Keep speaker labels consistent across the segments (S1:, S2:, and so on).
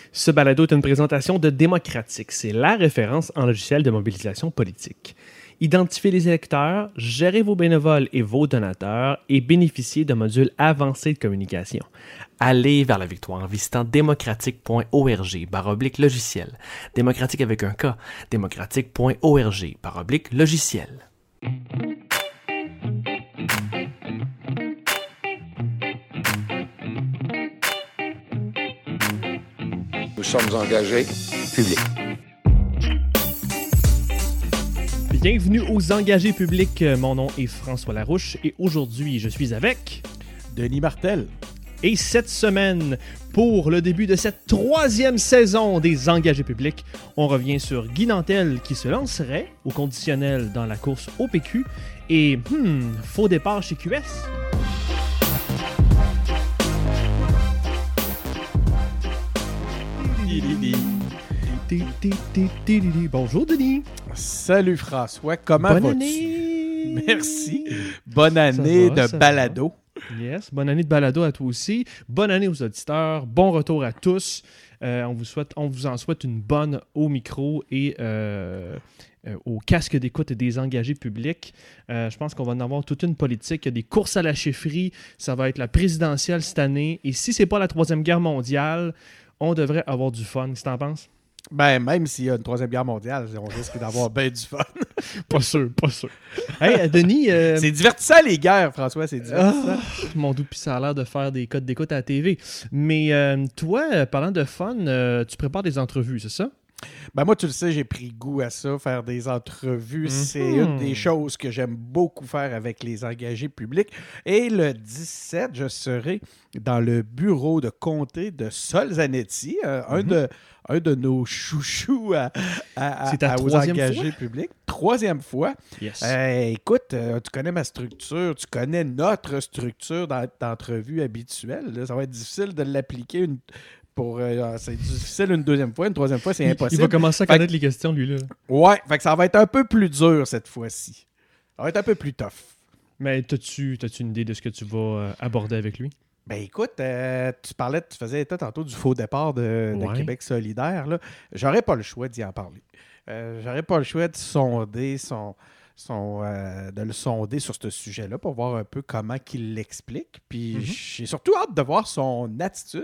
S1: Ce balado est une présentation de Démocratique. C'est la référence en logiciel de mobilisation politique. Identifiez les électeurs, gérez vos bénévoles et vos donateurs et bénéficiez d'un module avancé de communication. Allez vers la victoire en visitant démocratique.org/logiciel. Démocratique avec un K. démocratique.org/logiciel.
S2: Nous sommes engagés publics.
S1: Bienvenue aux Engagés publics. Mon nom est François Larouche et aujourd'hui, je suis avec
S3: Denis Martel.
S1: Et cette semaine, pour le début de cette 3e saison des Engagés publics, on revient sur Guy Nantel qui se lancerait au conditionnel dans la course au PQ et faux départ chez QS. Bonjour Denis.
S3: Salut François, comment vas-tu?
S1: Bonne année.
S3: Merci. Bonne année de balado.
S1: Yes, bonne année de balado à toi aussi. Bonne année aux auditeurs. Bon retour à tous. On vous en souhaite une bonne au micro et au casque d'écoute des engagés publics. Je pense qu'on va en avoir toute une politique. Il y a des courses à la chefferie. Ça va être la présidentielle cette année. Et si c'est pas la Troisième Guerre mondiale, on devrait avoir du fun. Qu'est-ce que t'en penses?
S3: Ben, même s'il y a une Troisième Guerre mondiale, on risque d'avoir bien du fun.
S1: Pas sûr. Hey, Denis...
S3: C'est divertissant, les guerres, François, c'est divertissant.
S1: Mon doux, puis ça a l'air de faire des codes d'écoute à la TV. Mais toi, parlant de fun, tu prépares des entrevues, c'est ça?
S3: Ben moi, tu le sais, j'ai pris goût à ça, faire des entrevues. C'est une des choses que j'aime beaucoup faire avec les engagés publics. Et le 17, je serai dans le bureau de comté de Sol-Zanetti, un de nos chouchous aux engagés publics. 3e fois.
S1: Yes.
S3: Écoute, tu connais ma structure, tu connais notre structure d'entrevue habituelle. Là. Ça va être difficile de l'appliquer c'est difficile une 2e fois, une 3e fois, c'est impossible.
S1: Il va commencer à connaître les questions, lui, là.
S3: Ouais, fait que ça va être un peu plus dur cette fois-ci. Ça va être un peu plus tough.
S1: Mais t'as-tu une idée de ce que tu vas aborder avec lui?
S3: Ben écoute, tu faisais état tantôt du faux départ de Québec solidaire. Là. J'aurais pas le choix d'y en parler. J'aurais pas le choix de de le sonder sur ce sujet-là pour voir un peu comment il l'explique. Puis j'ai surtout hâte de voir son attitude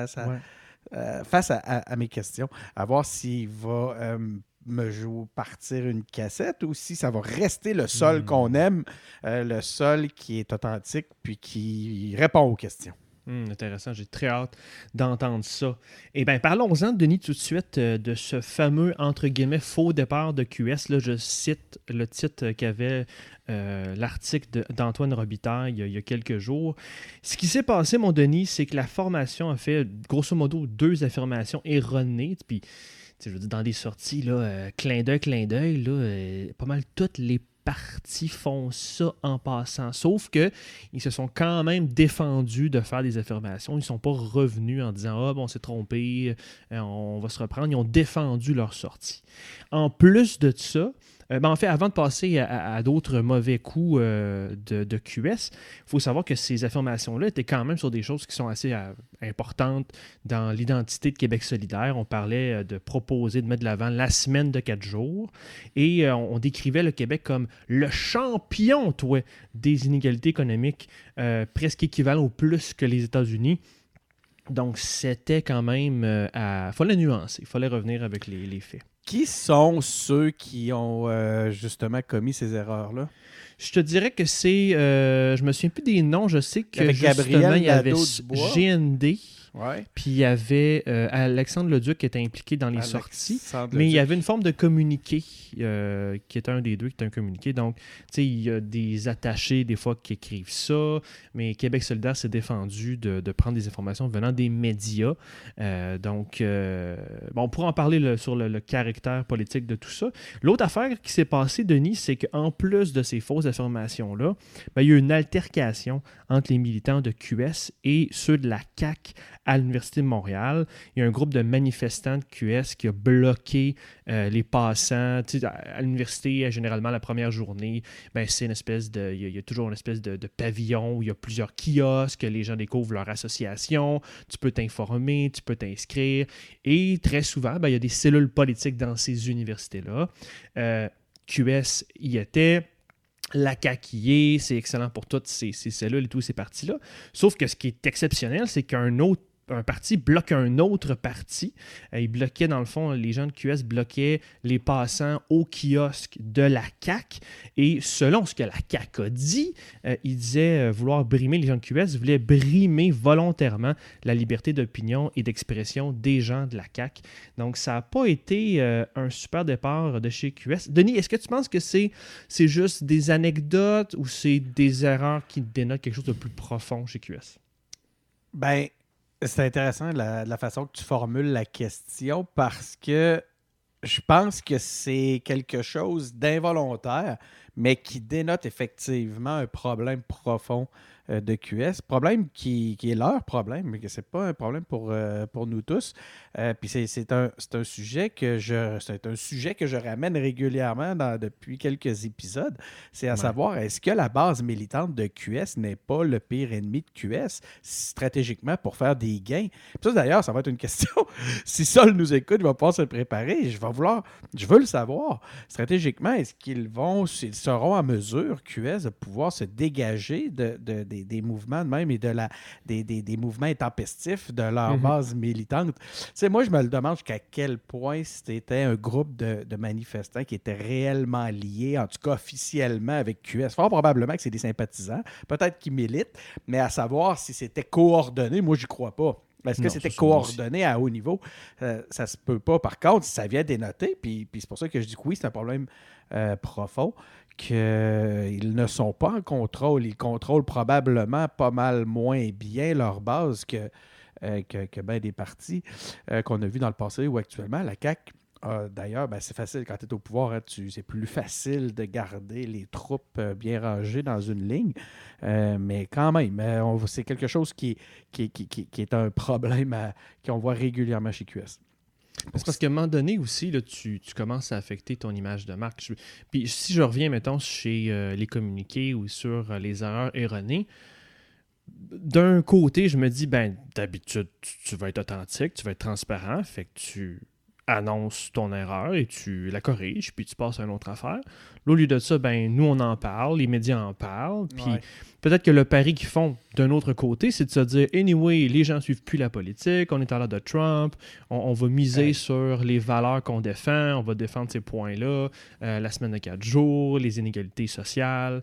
S3: face à mes questions, à voir s'il va partir une cassette ou si ça va rester le sol qu'on aime, le sol qui est authentique puis qui répond aux questions.
S1: Intéressant, j'ai très hâte d'entendre ça. Eh bien, parlons-en, Denis, tout de suite de ce fameux, entre guillemets, faux départ de QS. Là, je cite le titre qu'avait l'article d'Antoine Robitaille il y a quelques jours. Ce qui s'est passé, mon Denis, c'est que la formation a fait, grosso modo, 2 affirmations erronées. Puis, je veux dire, dans des sorties, là, clin d'œil, là, pas mal toutes les partis font ça en passant. Sauf qu'ils se sont quand même défendus de faire des affirmations. Ils ne sont pas revenus en disant « Ah, bon, on s'est trompé, on va se reprendre ». Ils ont défendu leur sortie. En plus de ça, en fait, avant de passer à d'autres mauvais coups de QS, il faut savoir que ces affirmations-là étaient quand même sur des choses qui sont assez importantes dans l'identité de Québec solidaire. On parlait de proposer de mettre de l'avant la semaine de 4 jours et on décrivait le Québec comme le champion, des inégalités économiques, presque équivalent au plus que les États-Unis. Donc, c'était quand même il fallait nuancer, il fallait revenir avec les faits.
S3: Qui sont ceux qui ont justement commis ces erreurs-là?
S1: Je te dirais que c'est... je me souviens plus des noms. Je sais que
S3: Gabriel
S1: il y avait
S3: Nadeau-Dubois.
S1: GND.
S3: Ouais.
S1: Puis il y avait Alexandre Leduc qui était impliqué dans les sorties. Mais il y avait une forme de communiqué qui était un des deux, qui était un communiqué. Donc, tu sais, il y a des attachés des fois qui écrivent ça, mais Québec solidaire s'est défendu de prendre des informations venant des médias. On pourra en parler sur le caractère politique de tout ça. L'autre affaire qui s'est passée, Denis, c'est qu'en plus de ces fausses affirmations-là, il y a eu une altercation entre les militants de QS et ceux de la CAQ à l'Université de Montréal. Il y a un groupe de manifestants de QS qui a bloqué les passants. Tu sais, à l'université, généralement, la première journée, ben, c'est une espèce de... Il y a toujours une espèce de pavillon où il y a plusieurs kiosques, les gens découvrent leur association, tu peux t'informer, tu peux t'inscrire. Et très souvent, ben, il y a des cellules politiques dans ces universités-là. QS y était... La CAQ y est, c'est excellent pour toutes ces cellules et tous ces partis-là. Sauf que ce qui est exceptionnel, c'est un parti bloque un autre parti. Il bloquait, dans le fond, les gens de QS bloquaient les passants au kiosque de la CAQ. Et selon ce que la CAQ a dit, il disait vouloir brimer les gens de QS, il voulait brimer volontairement la liberté d'opinion et d'expression des gens de la CAQ. Donc, ça n'a pas été un super départ de chez QS. Denis, est-ce que tu penses que c'est juste des anecdotes ou c'est des erreurs qui dénotent quelque chose de plus profond chez QS?
S3: Ben, c'est intéressant la façon que tu formules la question parce que je pense que c'est quelque chose d'involontaire, mais qui dénote effectivement un problème profond de QS. Problème qui est leur problème, mais que ce n'est pas un problème pour nous tous. Puis c'est un sujet que je ramène régulièrement depuis quelques épisodes. C'est à savoir, est-ce que la base militante de QS n'est pas le pire ennemi de QS stratégiquement pour faire des gains? Puis ça, d'ailleurs, ça va être une question. Si Sol nous écoute, il va pouvoir se préparer. Je veux le savoir. Stratégiquement, est-ce qu'ils seront en mesure, QS, de pouvoir se dégager des mouvements de même et des mouvements intempestifs de leur base militante? Tu sais, moi, je me le demande jusqu'à quel point c'était un groupe de manifestants qui étaient réellement liés, en tout cas officiellement, avec QS. Fort probablement que c'est des sympathisants, peut-être qu'ils militent, mais à savoir si c'était coordonné, moi, j'y crois pas. Est-ce que c'était coordonné à haut niveau? Ça se peut pas. Par contre, ça vient dénoter, puis c'est pour ça que je dis que oui, c'est un problème profond, qu'ils ne sont pas en contrôle. Ils contrôlent probablement pas mal moins bien leur base que bien des partis qu'on a vus dans le passé ou actuellement. La CAQ, d'ailleurs, c'est facile quand tu es au pouvoir, hein, c'est plus facile de garder les troupes bien rangées dans une ligne, mais quand même, c'est quelque chose qui est un problème qu'on voit régulièrement chez QS.
S1: C'est parce qu'à un moment donné aussi, là, tu commences à affecter ton image de marque. Puis si je reviens, mettons, chez les communiqués ou sur les erreurs erronées, d'un côté, je me dis, d'habitude, tu vas être authentique, tu vas être transparent, fait que tu annonces ton erreur et tu la corriges, puis tu passes à une autre affaire. Là, au lieu de ça, nous, on en parle, les médias en parlent, puis peut-être que le pari qu'ils font d'un autre côté, c'est de se dire, anyway, les gens ne suivent plus la politique, on est à l'heure de Trump, on va miser sur les valeurs qu'on défend, on va défendre ces points-là, la semaine de 4 jours, les inégalités sociales,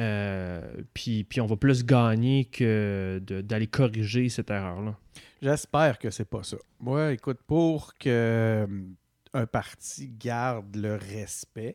S1: puis on va plus gagner que d'aller corriger cette erreur-là.
S3: J'espère que c'est pas ça. Moi, écoute, pour que un parti garde le respect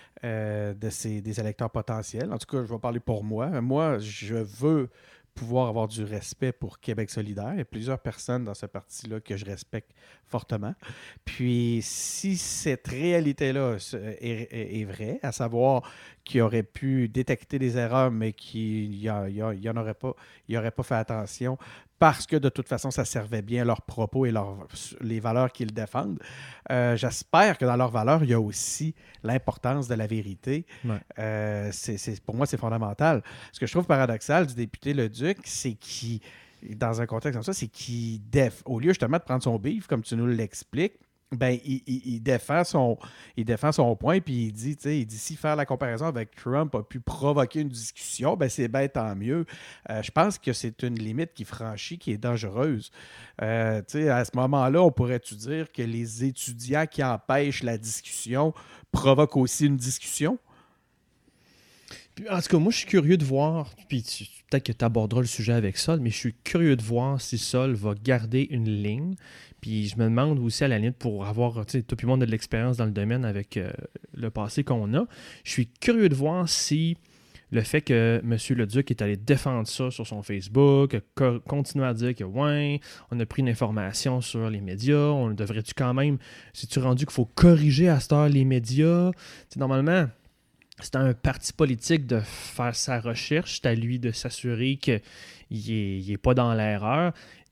S3: des électeurs potentiels, en tout cas, je vais parler pour moi. Moi, je veux pouvoir avoir du respect pour Québec solidaire. Il y a plusieurs personnes dans ce parti-là que je respecte fortement. Puis, si cette réalité-là est vraie, à savoir qu'il aurait pu détecter des erreurs, mais qu'il n'y aurait pas fait attention, parce que de toute façon, ça servait bien leurs propos et les valeurs qu'ils défendent. J'espère que dans leurs valeurs, il y a aussi l'importance de la vérité. Ouais. Pour moi, c'est fondamental. Ce que je trouve paradoxal du député Leduc, c'est qu'il, dans un contexte comme ça, c'est qu'il, au lieu justement de prendre son bif, comme tu nous l'expliques, il défend son point, puis il dit si faire la comparaison avec Trump a pu provoquer une discussion, c'est bien tant mieux. Je pense que c'est une limite qui franchit, qui est dangereuse. À ce moment-là, on pourrait-tu dire que les étudiants qui empêchent la discussion provoquent aussi une discussion?
S1: En tout cas, moi, je suis curieux de voir, puis peut-être que tu aborderas le sujet avec Sol, mais je suis curieux de voir si Sol va garder une ligne. Puis je me demande aussi, à la limite, pour avoir, toi et moi, on a de l'expérience dans le domaine avec le passé qu'on a, je suis curieux de voir si le fait que M. Leduc est allé défendre ça sur son Facebook, continue à dire que on a pris une information sur les médias, on devrait-tu quand même, c'est-tu rendu qu'il faut corriger à cette heure les médias? Normalement, c'est à un parti politique de faire sa recherche, c'est à lui de s'assurer qu'il n'est pas dans l'erreur.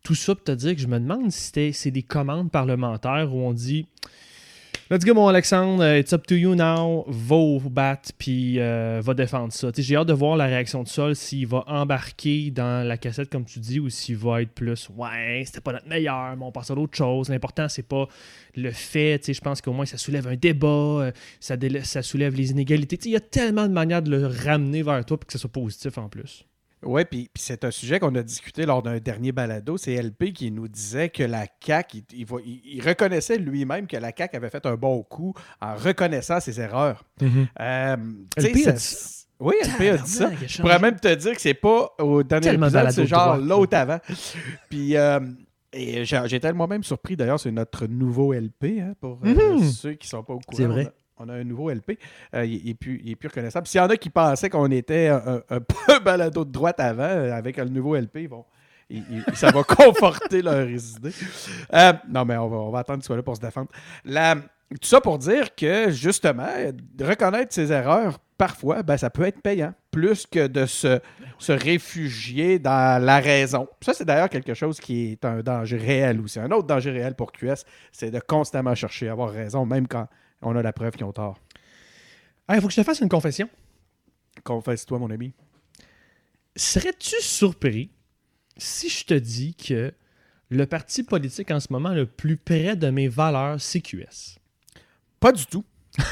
S1: tout ça pour te dire que je me demande si c'est des commandes parlementaires où on dit let's go, mon Alexandre, it's up to you now, va au bat, puis va défendre ça. J'ai hâte de voir la réaction de Sol, s'il va embarquer dans la cassette, comme tu dis, ou s'il va être plus ouais, c'était pas notre meilleur, mais on passe à d'autres choses. L'important, c'est pas le fait. Je pense qu'au moins, ça soulève un débat, ça soulève les inégalités. Il y a tellement de manières de le ramener vers toi pour que ce soit positif en plus.
S3: Oui, puis c'est un sujet qu'on a discuté lors d'un dernier balado. C'est LP qui nous disait que la CAQ, il reconnaissait lui-même que la CAQ avait fait un bon coup en reconnaissant ses erreurs.
S1: LP a dit ça.
S3: Oui, LP a dit ça. Je pourrais même te dire que c'est pas au dernier épisode, c'est genre l'autre avant. Puis et j'étais moi-même surpris. D'ailleurs, c'est notre nouveau LP, pour ceux qui ne sont pas au courant.
S1: C'est vrai.
S3: On a un nouveau LP. Il est plus reconnaissable. S'il y en a qui pensaient qu'on était un peu balado de droite avant, avec le nouveau LP, ça va conforter leurs idées. Non, mais on va attendre qu'il soit là pour se défendre. Tout ça pour dire que, justement, reconnaître ses erreurs, parfois, ça peut être payant, plus que de se réfugier dans la raison. Ça, c'est d'ailleurs quelque chose qui est un danger réel aussi. Un autre danger réel pour QS, c'est de constamment chercher à avoir raison, même quand on a la preuve qu'ils ont tort.
S1: Il faut que je te fasse une confession.
S3: Confesse-toi, mon ami.
S1: Serais-tu surpris si je te dis que le parti politique en ce moment le plus près de mes valeurs, c'est QS?
S3: Pas du tout.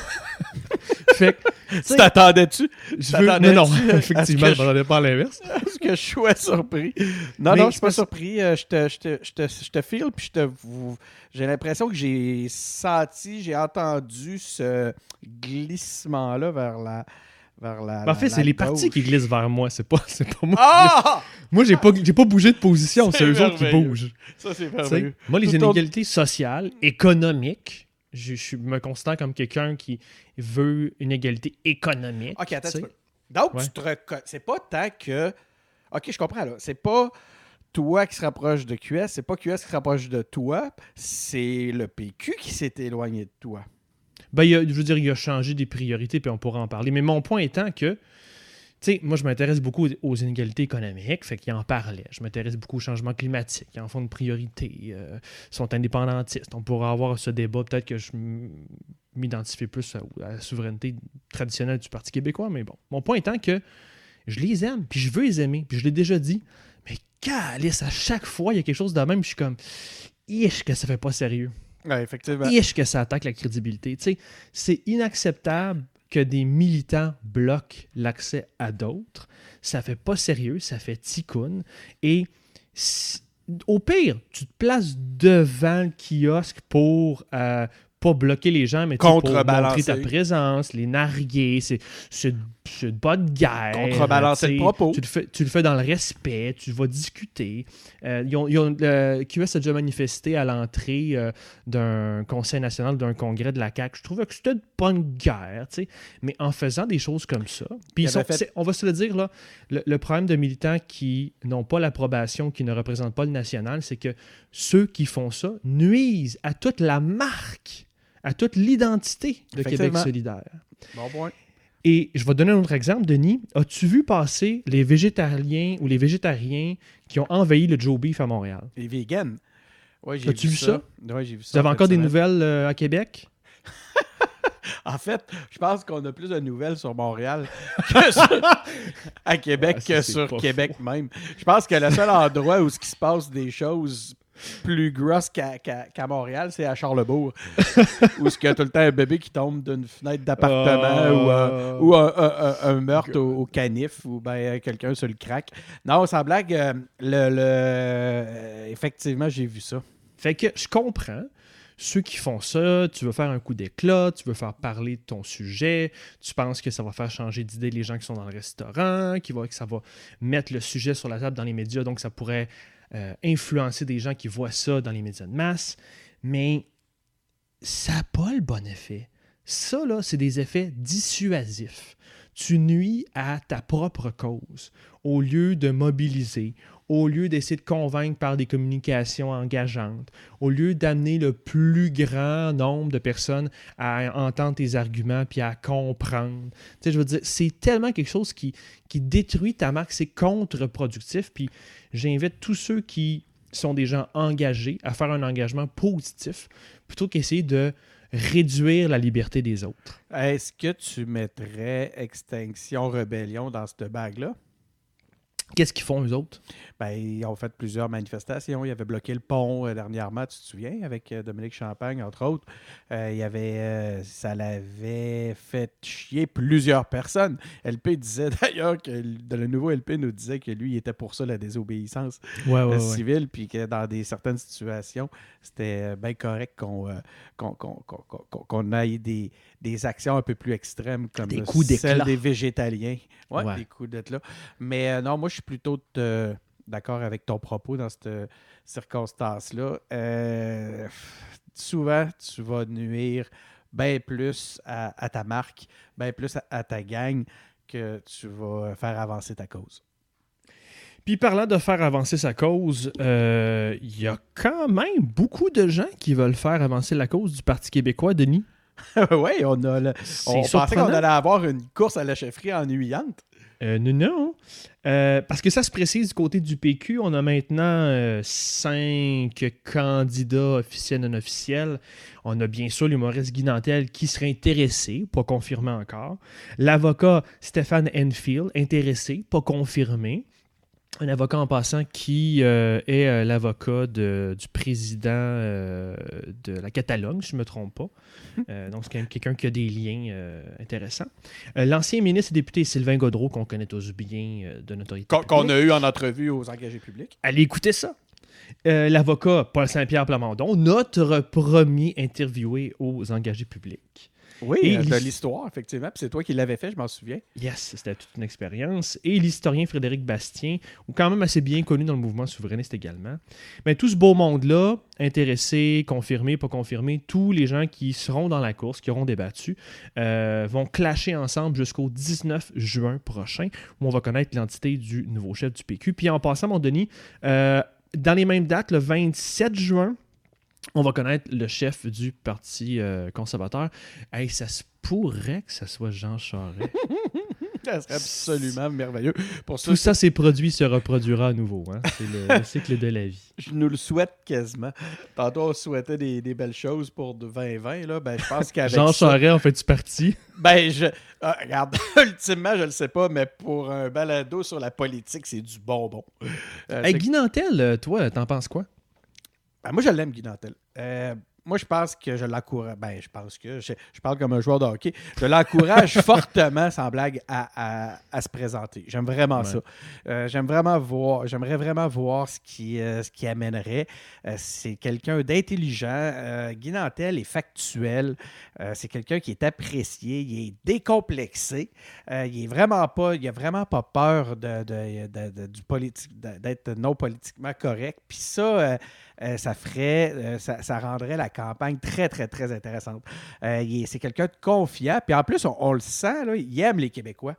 S1: Fait que,
S3: tu t'attendais-tu?
S1: Non, effectivement, je ne m'attendais pas à l'inverse.
S3: Est-ce que je suis surpris? Non, je suis pas surpris. Je te file, puis j'ai l'impression que j'ai entendu ce glissement-là vers la
S1: en fait, c'est les partis qui glissent vers moi, c'est pas moi.
S3: Ah!
S1: Moi, j'ai pas bougé de position, c'est eux autres qui bougent.
S3: Ça, c'est merveilleux.
S1: Moi, les inégalités sociales, économiques, je me considère comme quelqu'un qui veut une égalité économique.
S3: OK, attends. Donc, c'est pas tant que... OK, je comprends, là. C'est pas toi qui se rapproche de QS, c'est pas QS qui se rapproche de toi, c'est le PQ qui s'est éloigné de toi.
S1: Il a changé des priorités, puis on pourra en parler. Mais mon point étant que, moi, je m'intéresse beaucoup aux inégalités économiques, fait qu'il en parlait. Je m'intéresse beaucoup au changement climatique. Ils en font une priorité. Ils sont indépendantistes. On pourra avoir ce débat. Peut-être que je m'identifie plus à la souveraineté traditionnelle du Parti québécois, mais bon. Mon point étant que je les aime, puis je veux les aimer, puis je l'ai déjà dit. Mais calice, à chaque fois, il y a quelque chose de même, puis je suis comme, que ça fait pas sérieux.
S3: Ouais, effectivement.
S1: Que ça attaque la crédibilité. C'est inacceptable que des militants bloquent l'accès à d'autres. Ça fait pas sérieux, ça fait ticoun. Et au pire, tu te places devant le kiosque pour pas bloquer les gens, mais pour montrer ta présence, les narguer, c'est de bonne guerre.
S3: Contrebalancer le propos.
S1: Tu le fais dans le respect, tu vas discuter. QS a déjà manifesté à l'entrée d'un conseil national, d'un congrès de la CAQ. Je trouvais que c'était de bonne guerre, mais en faisant des choses comme ça. Puis on va se le dire, là, le problème de militants qui n'ont pas l'approbation, qui ne représentent pas le national, c'est que ceux qui font ça nuisent à toute la marque, à toute l'identité de Québec solidaire.
S3: Bon point.
S1: Et je vais te donner un autre exemple, Denis. As-tu vu passer les végétariens ou les végétariens qui ont envahi le Joe Beef à Montréal?
S3: Les vegans. Oui,
S1: As-tu vu ça?
S3: Oui, j'ai vu ça.
S1: Tu avais encore des nouvelles à Québec?
S3: En fait, je pense qu'on a plus de nouvelles sur Montréal à Québec que sur Québec même. Je pense que le seul endroit où il se passe des choses plus grosses qu'à Montréal, c'est à Charlebourg. Où il y a tout le temps un bébé qui tombe d'une fenêtre d'appartement ou un meurtre au canif ou quelqu'un sur le crack. Non, sans blague, effectivement, j'ai vu ça.
S1: Fait que je comprends. Ceux qui font ça, tu veux faire un coup d'éclat, tu veux faire parler de ton sujet, tu penses que ça va faire changer d'idée les gens qui sont dans le restaurant, que ça va mettre le sujet sur la table dans les médias, donc ça pourrait influencer des gens qui voient ça dans les médias de masse, mais ça n'a pas le bon effet. Ça, là, c'est des effets dissuasifs. Tu nuis à ta propre cause au lieu de mobiliser, au lieu d'essayer de convaincre par des communications engageantes, au lieu d'amener le plus grand nombre de personnes à entendre tes arguments puis à comprendre. Tu sais, je veux dire, c'est tellement quelque chose qui détruit ta marque, c'est contre-productif. Puis j'invite tous ceux qui sont des gens engagés à faire un engagement positif plutôt qu'essayer de réduire la liberté des autres.
S3: Est-ce que tu mettrais Extinction Rébellion dans cette bague-là?
S1: Qu'est-ce qu'ils font, eux autres?
S3: Ben, ils ont fait plusieurs manifestations. Ils avaient bloqué le pont dernièrement, tu te souviens, avec Dominique Champagne, entre autres. Ça l'avait fait chier plusieurs personnes. LP disait d'ailleurs que le nouveau LP nous disait que lui, il était pour ça, la désobéissance civile, puis que dans certaines situations, c'était bien correct qu'on aille des actions un peu plus extrêmes, comme
S1: des coups
S3: celle des végétaliens. Ouais, des coups d'éclat. Mais non, moi, je suis plutôt d'accord avec ton propos dans cette circonstance-là. Souvent, tu vas nuire bien plus à ta marque, bien plus à ta gang que tu vas faire avancer ta cause.
S1: Puis parlant de faire avancer sa cause, il y a quand même beaucoup de gens qui veulent faire avancer la cause du Parti québécois, Denis.
S3: Oui, on pensait qu'on allait avoir une course à la chefferie ennuyante.
S1: Non. Parce que ça se précise du côté du PQ. On a maintenant 5 candidats officiels et non officiels. On a bien sûr l'humoriste Guy Nantel qui serait intéressé, pas confirmé encore. L'avocat Stéphane Enfield, intéressé, pas confirmé. Un avocat en passant qui est l'avocat du président de la Catalogne, si je ne me trompe pas. Donc, c'est quand même quelqu'un qui a des liens intéressants. L'ancien ministre et député Sylvain Gaudreault, qu'on connaît tous bien de notoriété publique.
S3: Qu'on a eu en entrevue aux engagés publics.
S1: Allez écouter ça. L'avocat Paul Saint-Pierre Plamondon, notre premier interviewé aux engagés publics.
S3: Oui, de l'histoire, effectivement. Puis c'est toi qui l'avais fait, je m'en souviens.
S1: Yes, c'était toute une expérience. Et l'historien Frédéric Bastien, ou quand même assez bien connu dans le mouvement souverainiste également. Mais tout ce beau monde-là, intéressés, confirmés, pas confirmés, tous les gens qui seront dans la course, qui auront débattu, vont clasher ensemble jusqu'au 19 juin prochain, où on va connaître l'identité du nouveau chef du PQ. Puis en passant, mon Denis, dans les mêmes dates, le 27 juin, on va connaître le chef du Parti conservateur. Hey, ça se pourrait que ça soit Jean Charest.
S3: Ça serait absolument merveilleux.
S1: Tout ça, ces produits se reproduira à nouveau. Hein? C'est le cycle de la vie.
S3: Je nous le souhaite quasiment. Tantôt, on souhaitait des belles choses pour 2020. Là. Ben, je pense qu'avec
S1: Jean Charest, en fait-tu partie?
S3: Ben, regarde, ultimement, je le sais pas, mais pour un balado sur la politique, c'est du bonbon.
S1: Guy Nantel, toi, t'en penses quoi?
S3: Ben, moi, je l'aime, Guy Nantel. Moi, je pense que je l'encourage. Ben, je parle comme un joueur de hockey. Je l'encourage fortement, sans blague, à se présenter. J'aime vraiment ça. J'aimerais vraiment voir ce qui amènerait. C'est quelqu'un d'intelligent. Guy Nantel est factuel. C'est quelqu'un qui est apprécié. Il est décomplexé. Il a vraiment pas peur d'être non politiquement correct. Puis ça rendrait la campagne très, très, très intéressante. C'est quelqu'un de confiant. Puis en plus, on le sent, là, il aime les Québécois.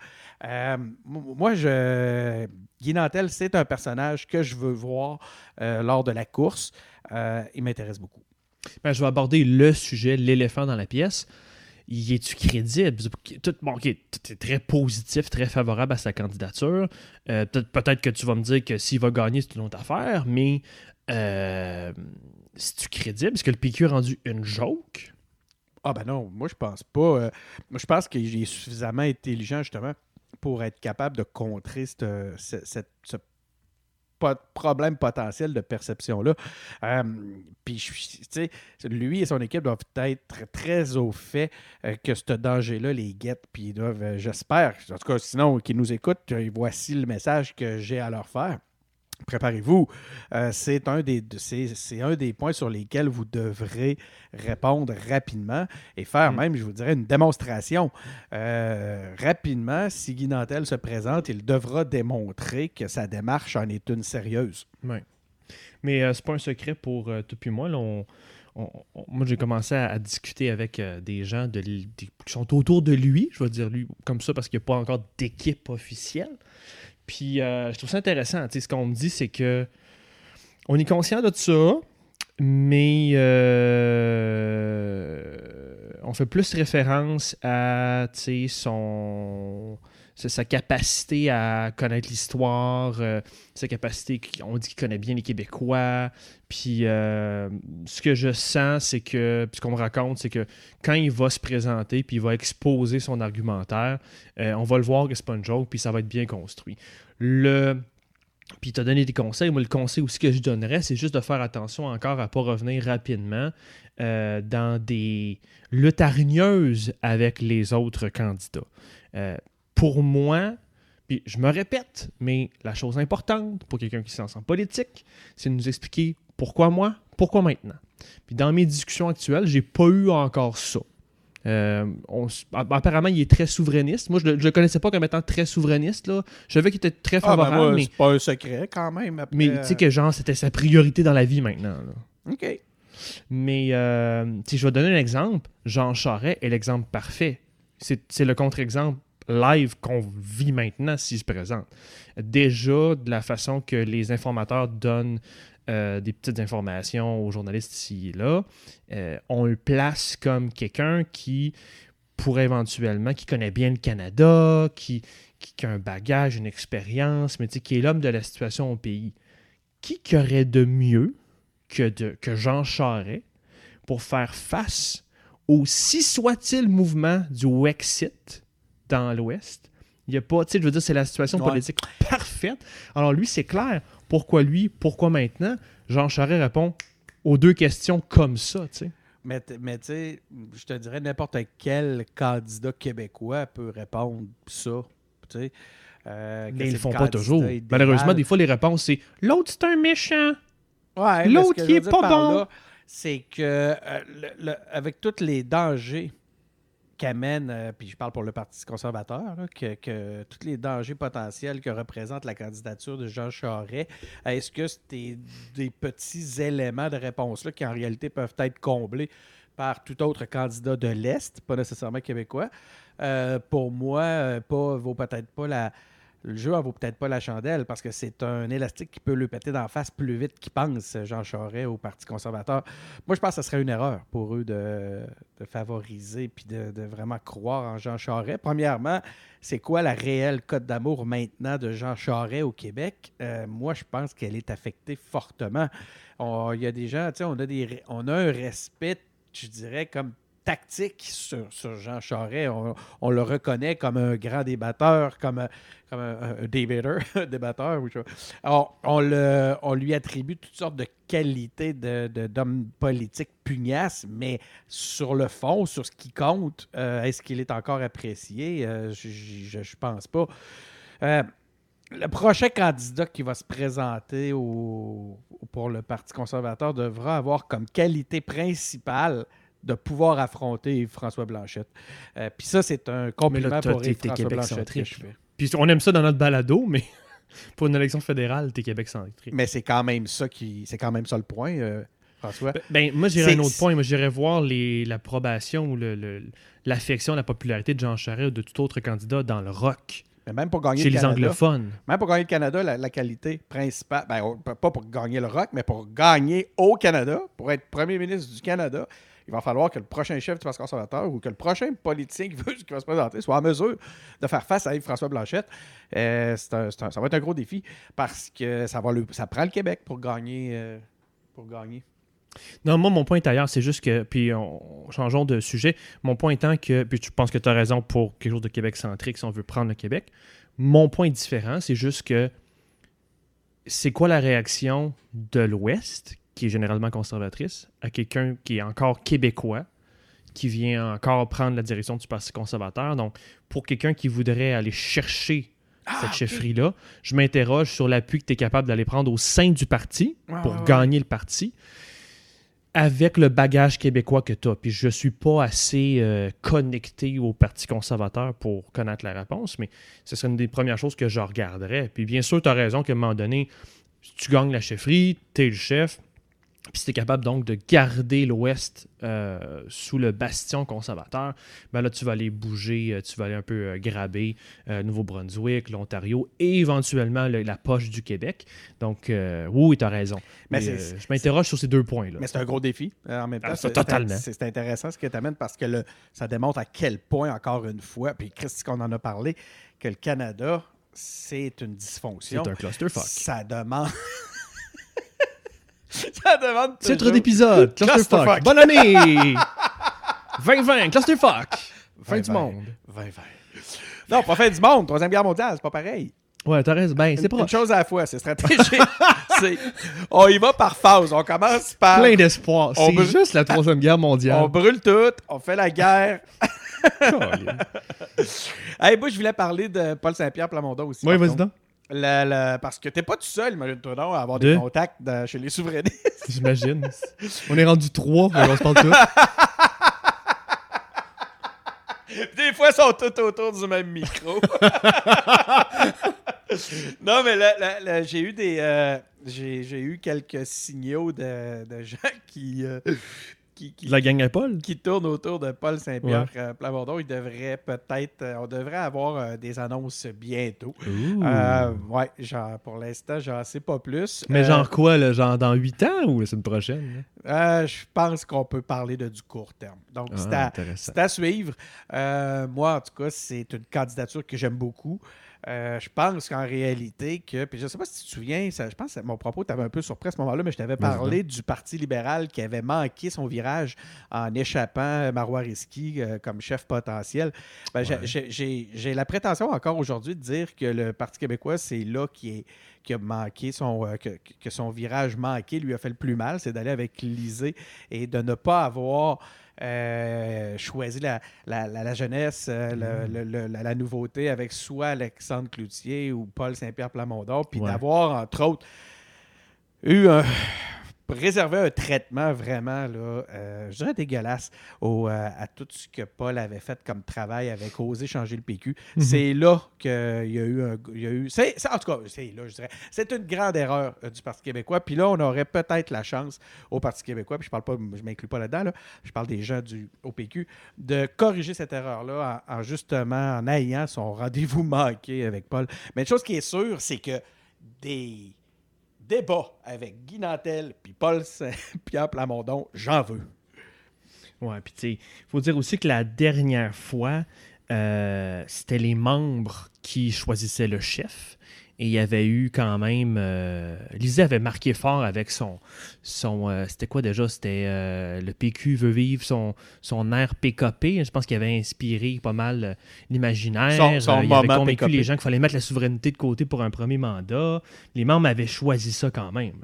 S3: Guy Nantel, c'est un personnage que je veux voir lors de la course. Il m'intéresse beaucoup.
S1: Ben, je vais aborder le sujet, l'éléphant dans la pièce. Y es-tu crédible? Tu es très positif, très favorable à sa candidature. Peut-être que tu vas me dire que s'il va gagner, c'est une autre affaire, mais c'est-tu crédible? Est-ce que le PQ a rendu une joke?
S3: Ah ben non, moi je pense pas. Moi je pense qu'il est suffisamment intelligent justement pour être capable de contrer ce problème potentiel de perception-là. Puis, tu sais, lui et son équipe doivent être très au fait que ce danger-là les guette. Puis ils doivent, j'espère, en tout cas, sinon, qu'ils nous écoutent, voici le message que j'ai à leur faire. Préparez-vous. C'est un des points sur lesquels vous devrez répondre rapidement et faire même, je vous dirais, une démonstration. Rapidement, si Guy Nantel se présente, il devra démontrer que sa démarche en est une sérieuse.
S1: Oui. Mais c'est pas un secret pour tout puis moi. Là, moi, j'ai commencé à discuter avec des gens qui sont autour de lui, je vais dire lui comme ça parce qu'il n'y a pas encore d'équipe officielle. Puis, je trouve ça intéressant. Ce qu'on me dit, c'est que on est conscient de ça, mais on fait plus référence à son sa capacité à connaître l'histoire, sa capacité, on dit qu'il connaît bien les Québécois. Puis ce que je sens, c'est que, puis ce qu'on me raconte, c'est que quand il va se présenter puis il va exposer son argumentaire, on va le voir que c'est pas une joke, puis ça va être bien construit. Puis tu as donné des conseils. Moi, le conseil aussi que je donnerais, c'est juste de faire attention encore à ne pas revenir rapidement dans des luttes hargneuses avec les autres candidats. Pour moi, puis je me répète, mais la chose importante pour quelqu'un qui se lance en politique, c'est de nous expliquer pourquoi moi, pourquoi maintenant. Puis dans mes discussions actuelles, j'ai pas eu encore ça. Apparemment, il est très souverainiste. Moi, je ne le connaissais pas comme étant très souverainiste. Là. Je savais qu'il était très favorable.
S3: Moi,
S1: mais
S3: c'est pas un secret quand même. Après,
S1: mais tu sais que genre, c'était sa priorité dans la vie maintenant. Là.
S3: OK.
S1: Mais je vais donner un exemple. Jean Charest est l'exemple parfait. C'est le contre-exemple live qu'on vit maintenant s'il se présente. Déjà, de la façon que les informateurs donnent des petites informations aux journalistes ici et là, on le place comme quelqu'un qui pourrait éventuellement, qui connaît bien le Canada, qui a un bagage, une expérience, mais qui est l'homme de la situation au pays. Qui aurait de mieux que Jean Charest pour faire face au si soit-il mouvement du Wexit dans l'Ouest? Il n'y a pas, je veux dire, c'est la situation politique parfaite. Alors lui, c'est clair. Pourquoi lui? Pourquoi maintenant? Jean Charest répond aux deux questions comme ça, tu sais.
S3: Mais tu sais, je te dirais, n'importe quel candidat québécois peut répondre ça, tu sais.
S1: Mais ils le font pas toujours. Malheureusement, des fois, les réponses, c'est « L'autre, c'est un méchant.
S3: Ouais,
S1: l'autre, il est pas bon. »
S3: C'est que, avec tous les dangers qu'amène, puis je parle pour le Parti conservateur, là, que tous les dangers potentiels que représente la candidature de Jean Charest, est-ce que c'est des petits éléments de réponse-là qui en réalité peuvent être comblés par tout autre candidat de l'Est, pas nécessairement québécois? Pour moi, vaut peut-être pas le jeu en vaut peut-être pas la chandelle parce que c'est un élastique qui peut le péter d'en face plus vite qu'il pense, Jean Charest, au Parti conservateur. Moi, je pense que ce serait une erreur pour eux de favoriser puis de vraiment croire en Jean Charest. Premièrement, c'est quoi la réelle cote d'amour maintenant de Jean Charest au Québec? Moi, je pense qu'elle est affectée fortement. Il y a des gens, tu sais, on a un respect, je dirais, comme tactique sur Jean Charest. On le reconnaît comme un grand débatteur, comme un débatteur. Alors, on lui attribue toutes sortes de qualités d'homme politique pugnace, mais sur le fond, sur ce qui compte, est-ce qu'il est encore apprécié? Je pense pas. Le prochain candidat qui va se présenter pour le Parti conservateur devra avoir comme qualité principale de pouvoir affronter François Blanchette. Puis ça, c'est un compliment pour François Blanchette que je fais.
S1: Puis on aime ça dans notre balado, mais pour une élection fédérale, t'es Québec-centrique.
S3: Mais c'est quand même ça le point, François.
S1: Moi, j'irais un autre point. Moi, j'irais voir l'approbation ou l'affection, la popularité de Jean Charest ou de tout autre candidat dans le rock.
S3: Mais même pour gagner
S1: chez
S3: le
S1: les
S3: Canada,
S1: anglophones.
S3: Même pour gagner le Canada, la qualité principale, pas pour gagner le rock, mais pour gagner au Canada, pour être premier ministre du Canada, il va falloir que le prochain chef du Parti conservateur ou que le prochain politicien qui va se présenter soit en mesure de faire face à Yves-François Blanchette. Ça va être un gros défi parce que ça prend le Québec pour gagner.
S1: Non, moi, mon point est ailleurs. C'est juste que, puis changeons de sujet. Mon point étant que, puis je pense que tu as raison pour quelque chose de Québec-centrique si on veut prendre le Québec. Mon point est différent. C'est juste que c'est quoi la réaction de l'Ouest, qui est généralement conservatrice, à quelqu'un qui est encore québécois, qui vient encore prendre la direction du Parti conservateur. Donc, pour quelqu'un qui voudrait aller chercher cette chefferie-là, je m'interroge sur l'appui que tu es capable d'aller prendre au sein du parti pour gagner le parti avec le bagage québécois que tu as. Puis je ne suis pas assez connecté au Parti conservateur pour connaître la réponse, mais ce serait une des premières choses que je regarderais. Puis bien sûr, tu as raison qu'à un moment donné, si tu gagnes la chefferie, tu es le chef. Puis si tu es capable donc de garder l'Ouest sous le bastion conservateur, ben là, tu vas aller bouger, tu vas aller un peu graber Nouveau-Brunswick, l'Ontario et éventuellement la poche du Québec. Donc, oui, tu as raison. Mais je m'interroge sur ces 2 points-là.
S3: Mais c'est un gros défi. En même temps,
S1: totalement.
S3: C'est intéressant ce que tu amènes parce que ça démontre à quel point, encore une fois, puis Christy, qu'on en a parlé, que le Canada, c'est une dysfonction.
S1: C'est un clusterfuck.
S3: Ça demande... Ça demande toujours...
S1: Titre d'épisode, Clusterfuck. Bonne année! 2020, Clusterfuck. Fin du monde.
S3: 2020. Non, pas fin du monde. Troisième guerre mondiale, c'est pas pareil.
S1: Ouais, t'as raison. Ben, c'est
S3: une chose à la fois, c'est stratégique. On y va par phase. On commence par...
S1: Plein d'espoir. C'est juste la Troisième Guerre mondiale.
S3: On brûle tout. On fait la guerre. Hey, moi, je voulais parler de Paul Saint-Pierre Plamondon aussi.
S1: Oui, vas-y donc.
S3: Parce que t'es pas tout seul, imagine-toi donc, à avoir des contacts chez les souverainistes.
S1: J'imagine. On est rendu 3, mais on se parle tout.
S3: Des fois, ils sont tous autour du même micro. Non, mais là, j'ai eu j'ai eu quelques signaux de gens qui
S1: la gang à Paul?
S3: Qui tourne autour de Paul Saint-Pierre Plamondon. Il devrait on devrait avoir des annonces bientôt. Ouais, pour l'instant, j'en sais pas plus.
S1: Mais genre quoi, là? Genre dans 8 ans ou la semaine prochaine?
S3: Je pense qu'on peut parler de du court terme. Donc, c'est à suivre. Moi, en tout cas, c'est une candidature que j'aime beaucoup. Je pense qu'en réalité, puis je ne sais pas si tu te souviens, je pense que mon propos t'avait un peu surpris à ce moment-là, mais je t'avais parlé du Parti libéral qui avait manqué son virage en échappant Marois Risky comme chef potentiel. J'ai la prétention encore aujourd'hui de dire que le Parti québécois, c'est là qui a manqué que son virage manqué lui a fait le plus mal, c'est d'aller avec Lisée et de ne pas avoir choisi la jeunesse, la nouveauté avec soit Alexandre Cloutier ou Paul Saint-Pierre Plamondon, puis d'avoir, entre autres, réservé un traitement vraiment, là, je dirais dégueulasse, à tout ce que Paul avait fait comme travail avec Oser changer le PQ. C'est là qu'il y a eu... en tout cas, c'est là, je dirais. C'est une grande erreur du Parti québécois. Puis là, on aurait peut-être la chance au Parti québécois, puis je m'inclus pas là-dedans, là, je parle des gens au PQ, de corriger cette erreur-là en ayant son rendez-vous manqué avec Paul. Mais une chose qui est sûre, c'est que des débats avec Guy Nantel puis Paul Saint-Pierre Plamondon, j'en veux.
S1: Ouais, puis tu sais, il faut dire aussi que la dernière fois, c'était les membres qui choisissaient le chef. Et il y avait eu quand même... Lisée avait marqué fort avec son c'était quoi déjà? C'était le PQ veut vivre son air PKP. Je pense qu'il avait inspiré pas mal l'imaginaire.
S3: Son
S1: il avait convaincu
S3: PKP.
S1: les gens qu'il fallait mettre la souveraineté de côté pour un premier mandat. Les membres avaient choisi ça quand même.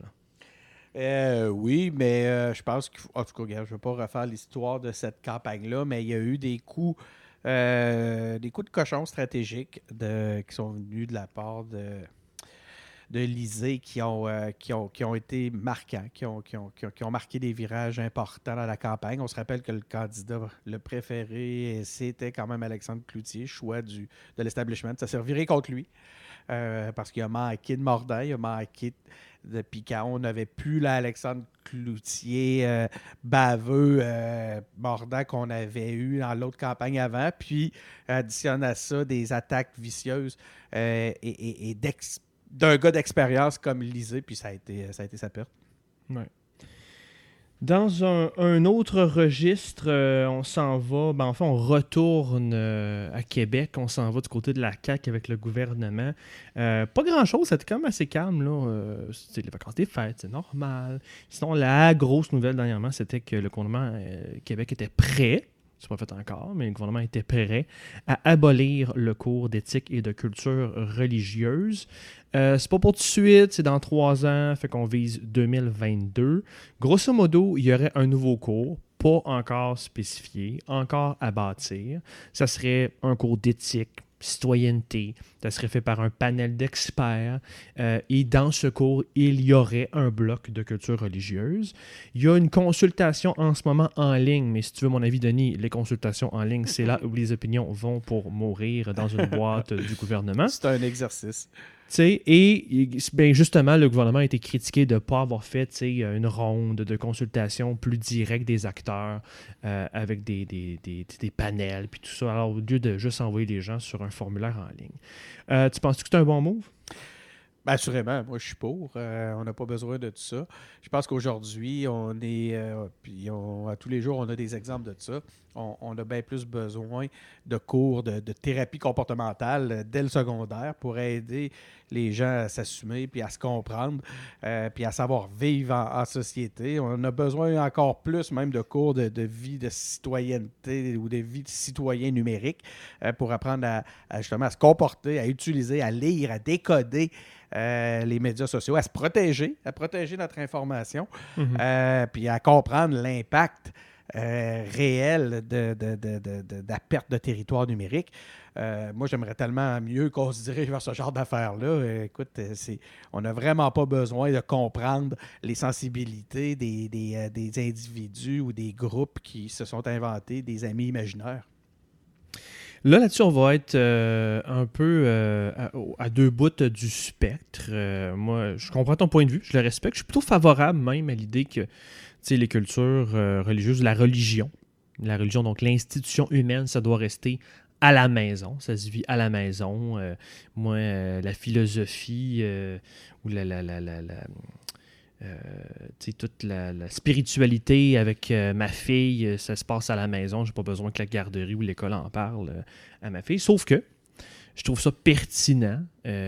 S3: Oui, mais je pense qu'il faut... En tout cas, regarde, je ne veux pas refaire l'histoire de cette campagne-là, mais il y a eu des coups de cochon stratégiques qui sont venus de la part de Lisée qui ont été marquants, qui ont marqué des virages importants dans la campagne. On se rappelle que le candidat le préféré, c'était quand même Alexandre Cloutier, choix de l'establishment. Ça s'est reviré contre lui parce qu'il a manqué de mordant, il a manqué de piquant. On n'avait plus l'Alexandre Cloutier baveux, mordant qu'on avait eu dans l'autre campagne avant. Puis, additionne à ça des attaques vicieuses et d'un gars d'expérience comme Lisée, puis ça a été sa perte.
S1: Ouais. Dans un autre registre, on s'en va, enfin on retourne à Québec, on s'en va du côté de la CAQ avec le gouvernement. Pas grand-chose, c'était quand même assez calme, là. C'est les vacances des fêtes, c'est normal. Sinon, la grosse nouvelle dernièrement, c'était que le gouvernement Québec était prêt, c'est pas fait encore, mais le gouvernement était prêt à abolir le cours d'éthique et de culture religieuse. C'est pas pour tout de suite, c'est dans 3 ans, fait qu'on vise 2022. Grosso modo, il y aurait un nouveau cours, pas encore spécifié, encore à bâtir. Ça serait un cours d'éthique, citoyenneté. Ça serait fait par un panel d'experts. Et dans ce cours, il y aurait un bloc de culture religieuse. Il y a une consultation en ce moment en ligne, mais si tu veux mon avis, Denis, les consultations en ligne, c'est là où les opinions vont pour mourir dans une boîte du gouvernement.
S3: C'est un exercice.
S1: Et ben justement, le gouvernement a été critiqué de ne pas avoir fait une ronde de consultation plus directe des acteurs avec des panels puis tout ça. Alors, au lieu de juste envoyer les gens sur un formulaire en ligne. Tu penses que c'est un bon move?
S3: Ben, assurément, moi je suis pour. On n'a pas besoin de tout ça. Je pense qu'aujourd'hui, on est. Puis à tous les jours, on a des exemples de ça. On a bien plus besoin de cours de thérapie comportementale dès le secondaire pour aider les gens à s'assumer puis à se comprendre puis à savoir vivre en société. On a besoin encore plus même de cours de vie de citoyenneté ou de vie de citoyen numérique pour apprendre justement à se comporter, à utiliser, à lire, à décoder les médias sociaux, à protéger notre information, puis à comprendre l'impact réel de la perte de territoire numérique. Moi, j'aimerais tellement mieux qu'on se dirige vers ce genre d'affaires-là. Écoute, on n'a vraiment pas besoin de comprendre les sensibilités des individus ou des groupes qui se sont inventés des amis imaginaires.
S1: Là-dessus, on va être un peu à deux bouts du spectre. Moi, je comprends ton point de vue, je le respecte. Je suis plutôt favorable même à l'idée que les cultures religieuses, la religion, donc l'institution humaine, ça doit rester à la maison. Ça se vit à la maison. La philosophie ou toute la spiritualité avec ma fille, ça se passe à la maison. J'ai pas besoin que la garderie ou l'école en parle à ma fille. Sauf que je trouve ça pertinent,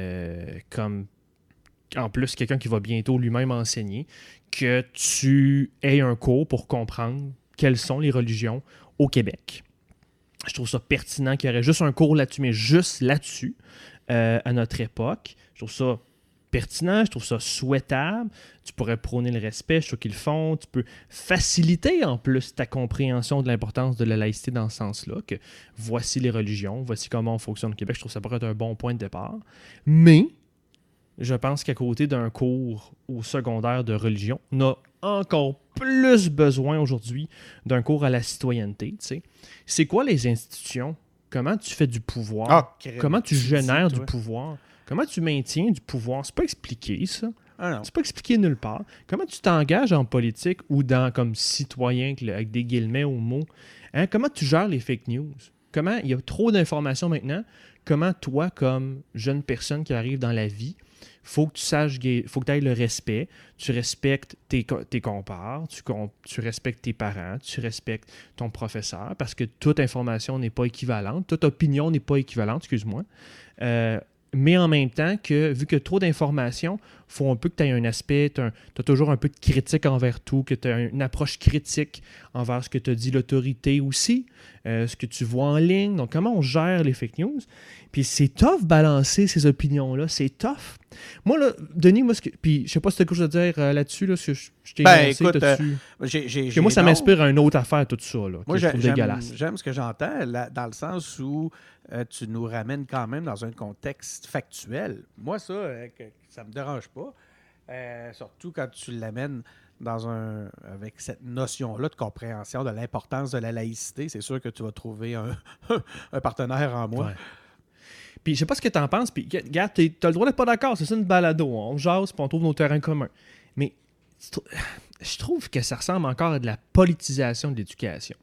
S1: comme en plus quelqu'un qui va bientôt lui-même enseigner, que tu aies un cours pour comprendre quelles sont les religions au Québec. Je trouve ça pertinent qu'il y aurait juste un cours là-dessus, mais juste là-dessus, à notre époque. Je trouve ça pertinent, je trouve ça souhaitable. Tu pourrais prôner le respect, je trouve qu'ils le font. Tu peux faciliter en plus ta compréhension de l'importance de la laïcité dans ce sens-là, que voici les religions, voici comment on fonctionne au Québec. Je trouve que ça pourrait être un bon point de départ. Mais je pense qu'à côté d'un cours au secondaire de religion, on a encore plus besoin aujourd'hui d'un cours à la citoyenneté. C'est quoi les institutions? Comment tu fais du pouvoir? Comment tu génères du pouvoir? Comment tu maintiens du pouvoir? C'est pas expliqué, ça. C'est pas expliqué nulle part. Comment tu t'engages en politique ou comme citoyen, avec des guillemets au mot? Comment tu gères les fake news? Comment il y a trop d'informations maintenant? Comment toi, comme jeune personne qui arrive dans la vie, faut que tu saches, faut que tu aies le respect, tu respectes tes compères, tu respectes tes parents, tu respectes ton professeur, parce que toute information n'est pas équivalente, toute opinion n'est pas équivalente, excuse-moi. Mais en même temps, vu que trop d'informations, il faut un peu que tu aies un aspect, tu as toujours un peu de critique envers tout, que tu as une approche critique envers ce que te dit l'autorité aussi, ce que tu vois en ligne. Donc, comment on gère les fake news? Puis c'est tough balancer ces opinions-là, c'est tough. Moi, là, Denis, puis je sais pas si tu as quelque chose à dire là-dessus, là, parce que je t'ai énoncé dessus. Moi, ça m'inspire à une autre affaire, tout ça, là, que je trouve dégueulasse.
S3: J'aime ce que j'entends, dans le sens où tu nous ramènes quand même dans un contexte factuel. Moi, ça me dérange pas. Surtout quand tu l'amènes avec cette notion-là de compréhension de l'importance de la laïcité. C'est sûr que tu vas trouver un partenaire en moi.
S1: Ouais. Puis je sais pas ce que tu en penses. Puis regarde, tu as le droit d'être pas d'accord. C'est ça une balado. On jase puis on trouve nos terrains communs. Mais je trouve que ça ressemble encore à de la politisation de l'éducation.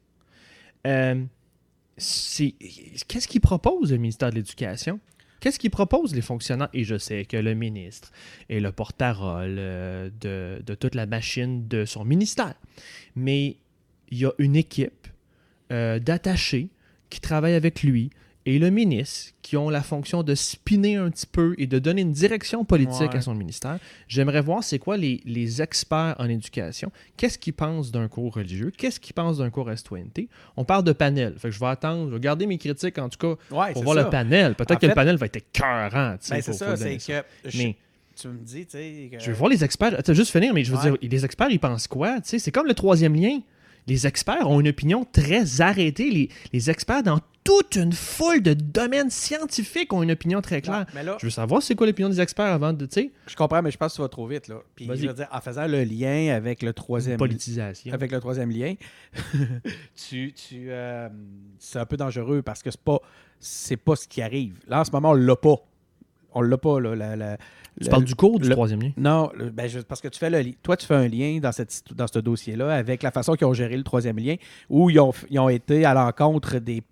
S1: Qu'est-ce qu'il propose le ministère de l'Éducation? Qu'est-ce qu'ils proposent les fonctionnaires? Et je sais que le ministre est le porte-parole de toute la machine de son ministère. Mais il y a une équipe d'attachés qui travaillent avec lui et le ministre qui ont la fonction de spinner un petit peu et de donner une direction politique à son ministère. J'aimerais voir c'est quoi les experts en éducation. Qu'est-ce qu'ils pensent d'un cours religieux? Qu'est-ce qu'ils pensent d'un cours à citoyenneté? On parle de panel. Fait que je vais attendre, je vais garder mes critiques en tout cas pour voir le panel. Peut-être le panel va être écœurant.
S3: C'est ça, c'est que... Mais, tu me dis, tu sais...
S1: Je veux voir les experts. Tu vas juste finir, mais je veux dire, les experts, ils pensent quoi? Tu sais, c'est comme le troisième lien. Les experts ont une opinion très arrêtée. Les experts dans toute une foule de domaines scientifiques ont une opinion très claire.
S3: Non, là,
S1: je veux savoir c'est quoi l'opinion des experts avant de...
S3: Je comprends, mais je pense que tu vas trop vite. Là. Puis je veux dire, en faisant le lien avec le troisième...
S1: Politisation.
S3: Avec le troisième lien, c'est un peu dangereux parce que c'est pas ce qui arrive. Là, en ce moment, on l'a pas. On l'a pas, là.
S1: Tu parles du cours ou du troisième lien?
S3: Non, parce que tu fais toi, tu fais un lien dans ce dossier-là avec la façon qu'ils ont géré le troisième lien, où ils ont été à l'encontre des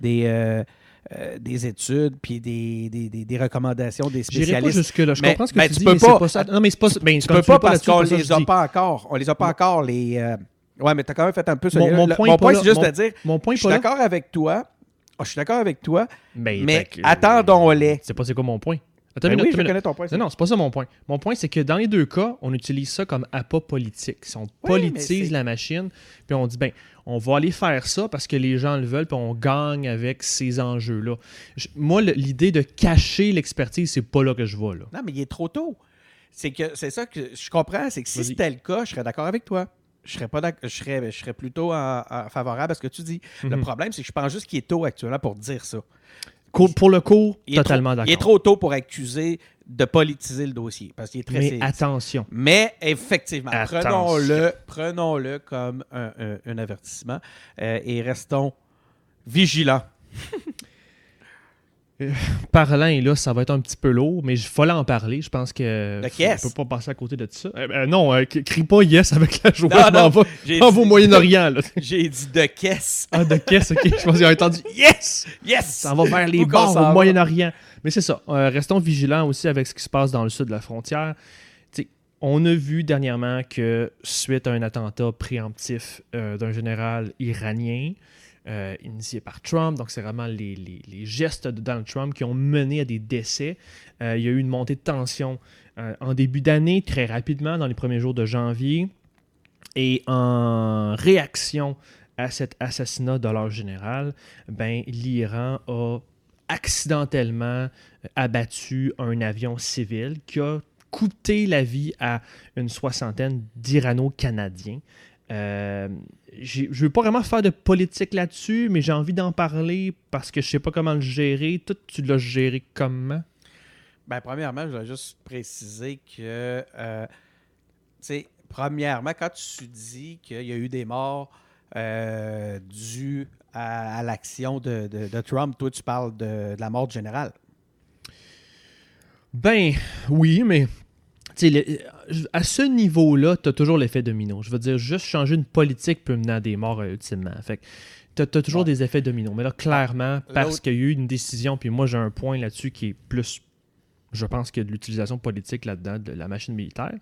S3: études puis des recommandations des spécialistes.
S1: J'irai pas jusque-là. Je comprends ce que tu dis,
S3: peux
S1: mais
S3: pas,
S1: c'est pas ça. Non, mais c'est pas ça.
S3: Tu peux pas parce qu'on les a pas encore. On les a pas encore, les... Ouais, mais tu as quand même fait un peu...
S1: Mon point,
S3: c'est juste de dire,
S1: je
S3: suis d'accord avec toi,
S1: mais
S3: attendons-les.
S1: C'est pas c'est quoi mon point? Attends,
S3: oui, je connais ton point.
S1: Non, c'est pas ça mon point. Mon point, c'est que dans les deux cas, on utilise ça comme appât politique. Si on politise la machine, puis on dit, on va aller faire ça parce que les gens le veulent, puis on gagne avec ces enjeux-là. Moi, l'idée de cacher l'expertise, c'est pas là que je vais. Là.
S3: Non, mais il est trop tôt. C'est ça que je comprends, c'est que si c'était le cas, je serais d'accord avec toi. Je serais plutôt favorable à ce que tu dis. Le problème, c'est que je pense juste qu'il est tôt actuellement pour dire ça.
S1: Pour le cours, totalement d'accord.
S3: Il est trop tôt pour accuser de politiser le dossier, parce qu'il est très sérieux.
S1: Attention.
S3: Mais effectivement, prenons-le comme un avertissement et restons vigilants.
S1: Parlant, et là, ça va être un petit peu lourd, mais il fallait en parler. Je pense que
S3: de yes.
S1: On peut pas passer à côté de ça. Non, crie pas yes avec la joie. Je m'en vais au Moyen-Orient. Là.
S3: J'ai dit de caisse.
S1: Ah, de caisse, ok. Je pense qu'il a entendu yes!
S3: Yes!
S1: Ça va vers les bords au Moyen-Orient. Mais c'est ça. Restons vigilants aussi avec ce qui se passe dans le sud de la frontière. T'sais, on a vu dernièrement que suite à un attentat préemptif d'un général iranien, initié par Trump, donc c'est vraiment les gestes de Donald Trump qui ont mené à des décès. Il y a eu une montée de tension en début d'année, très rapidement, dans les premiers jours de janvier. Et en réaction à cet assassinat de leur général, l'Iran a accidentellement abattu un avion civil qui a coûté la vie à une soixantaine d'Irano-Canadiens. Je ne veux pas vraiment faire de politique là-dessus, mais j'ai envie d'en parler parce que je ne sais pas comment le gérer. Toi, tu l'as géré comment?
S3: Premièrement, je voudrais juste préciser que, premièrement, quand tu dis qu'il y a eu des morts dues à l'action de Trump, toi, tu parles de la mort du général.
S1: Oui, mais... à ce niveau-là, tu as toujours l'effet domino. Je veux dire, juste changer une politique peut mener à des morts ultimement. Fait que tu as toujours des effets domino. Mais là, clairement, parce qu'il y a eu une décision, puis moi, j'ai un point là-dessus qui est plus, je pense, que de l'utilisation politique là-dedans, de la machine militaire.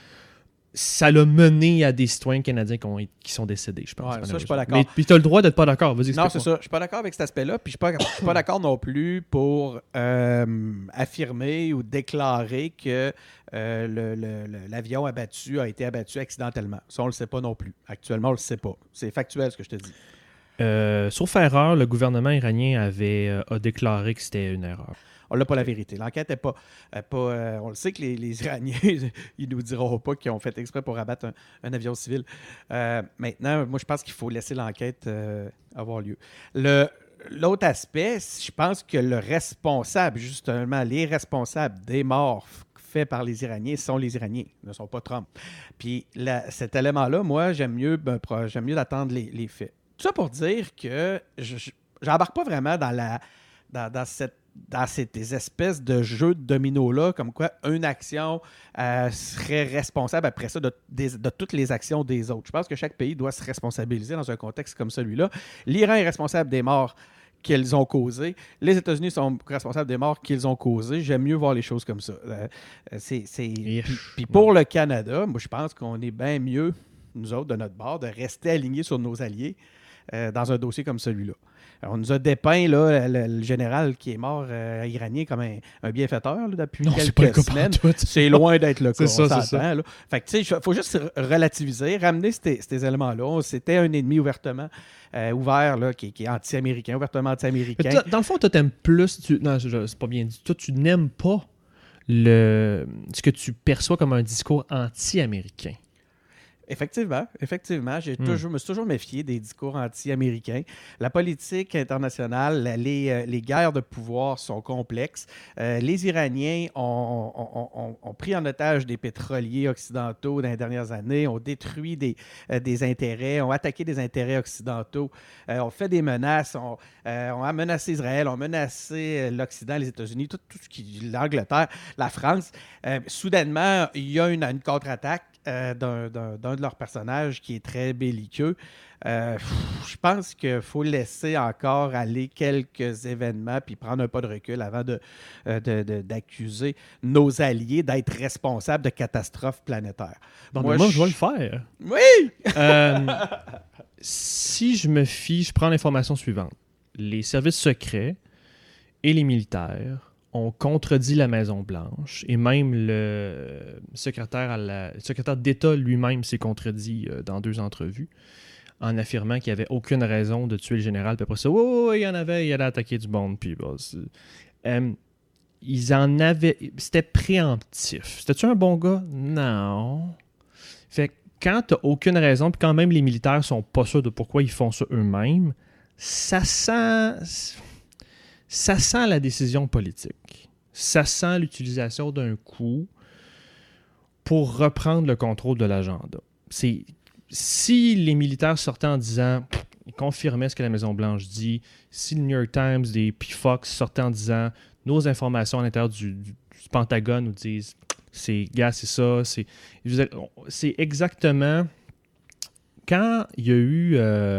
S1: Ça l'a mené à des citoyens canadiens qui sont décédés, je pense.
S3: Ouais, ça, je suis pas d'accord.
S1: Mais puis tu as le droit d'être pas d'accord. Vas-y,
S3: non, c'est ça. Je suis pas d'accord avec cet aspect-là. Puis je suis pas d'accord non plus pour affirmer ou déclarer que l'avion abattu a été abattu accidentellement. Ça, on le sait pas non plus. Actuellement, on le sait pas. C'est factuel ce que je te dis.
S1: Sauf erreur, le gouvernement iranien a déclaré que c'était une erreur.
S3: On n'a pas la vérité. L'enquête n'est pas on le sait que les Iraniens, ils nous diront pas qu'ils ont fait exprès pour abattre un avion civil. Maintenant, moi, je pense qu'il faut laisser l'enquête avoir lieu. L'autre aspect, je pense que le responsable, justement, les responsables des morts faits par les Iraniens sont les Iraniens, ne sont pas Trump. Puis cet élément-là, moi, j'aime mieux d'attendre les faits. Tout ça pour dire que je n'embarque pas vraiment dans ces espèces de jeux de domino-là, comme quoi une action serait responsable après ça de toutes les actions des autres. Je pense que chaque pays doit se responsabiliser dans un contexte comme celui-là. L'Iran est responsable des morts qu'ils ont causées. Les États-Unis sont responsables des morts qu'ils ont causées. J'aime mieux voir les choses comme ça. Puis pour le Canada, moi, je pense qu'on est bien mieux, nous autres, de notre bord, de rester alignés sur nos alliés dans un dossier comme celui-là. On nous a dépeint là, le général qui est mort iranien comme un bienfaiteur là, depuis quelques semaines. C'est loin d'être le cas. C'est ça. Là. Fait que, tu sais, il faut juste relativiser, ramener ces éléments-là. C'était un ennemi ouvertement ouvert, là, qui est anti-américain, ouvertement anti-américain.
S1: Dans le fond, toi, t'aimes plus... Non, c'est pas bien dit. Toi, tu n'aimes pas ce que tu perçois comme un discours anti-américain.
S3: Effectivement. Je me suis toujours méfié des discours anti-américains. La politique internationale, les guerres de pouvoir sont complexes. Les Iraniens ont pris en otage des pétroliers occidentaux dans les dernières années, ont détruit des intérêts, ont attaqué des intérêts occidentaux, ont fait des menaces, ont menacé Israël, ont menacé l'Occident, les États-Unis, l'Angleterre, la France. Soudainement, il y a une contre-attaque d'un de leurs personnages qui est très belliqueux. Je pense qu'il faut laisser encore aller quelques événements puis prendre un pas de recul avant d'accuser nos alliés d'être responsables de catastrophes planétaires.
S1: Moi, je vais le faire.
S3: Oui!
S1: Si je prends l'information suivante. Les services secrets et les militaires ont contredit la Maison-Blanche et même le secrétaire d'État lui-même s'est contredit dans 2 entrevues en affirmant qu'il n'y avait aucune raison de tuer le général. Puis après ça, il y en avait, il allait attaquer du monde. Puis ils en avaient... C'était préemptif. C'était-tu un bon gars? Non. Fait que quand tu n'as aucune raison, puis quand même les militaires sont pas sûrs de pourquoi ils font ça eux-mêmes, ça sent la décision politique. Ça sent l'utilisation d'un coup pour reprendre le contrôle de l'agenda. Si les militaires sortaient en disant, ils confirmaient ce que la Maison-Blanche dit, si le New York Times, puis Fox sortaient en disant, nos informations à l'intérieur du Pentagone nous disent, c'est ça, c'est exactement... Quand il y a eu